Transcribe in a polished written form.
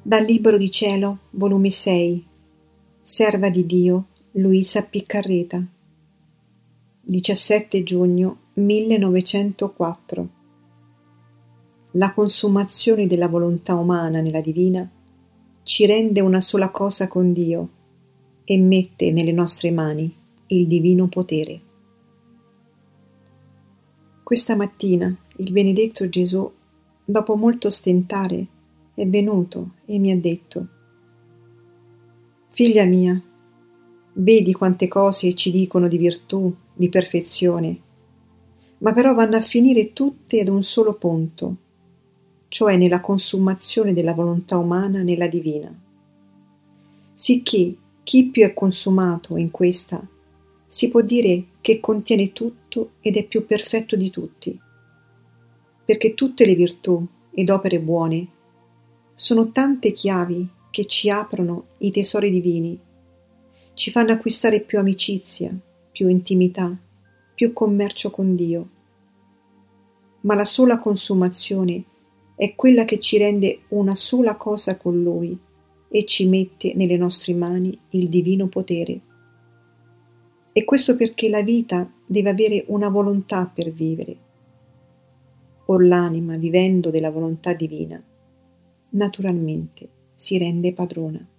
Dal Libro di Cielo, volume 6, Serva di Dio, Luisa Piccarreta, 17 giugno 1904. La consumazione della volontà umana nella divina ci rende una sola cosa con Dio e mette nelle nostre mani il divino potere. Questa mattina il benedetto Gesù, dopo molto stentare, è venuto e mi ha detto: «Figlia mia, vedi quante cose ci dicono di virtù, di perfezione, ma però vanno a finire tutte ad un solo punto, cioè nella consumazione della volontà umana nella divina. Sicché chi più è consumato in questa si può dire che contiene tutto ed è più perfetto di tutti, perché tutte le virtù ed opere buone sono tante chiavi che ci aprono i tesori divini, ci fanno acquistare più amicizia, più intimità, più commercio con Dio. Ma la sola consumazione è quella che ci rende una sola cosa con Lui e ci mette nelle nostre mani il divino potere. E questo perché la vita deve avere una volontà per vivere. Or l'anima, vivendo della volontà divina, naturalmente si rende padrona.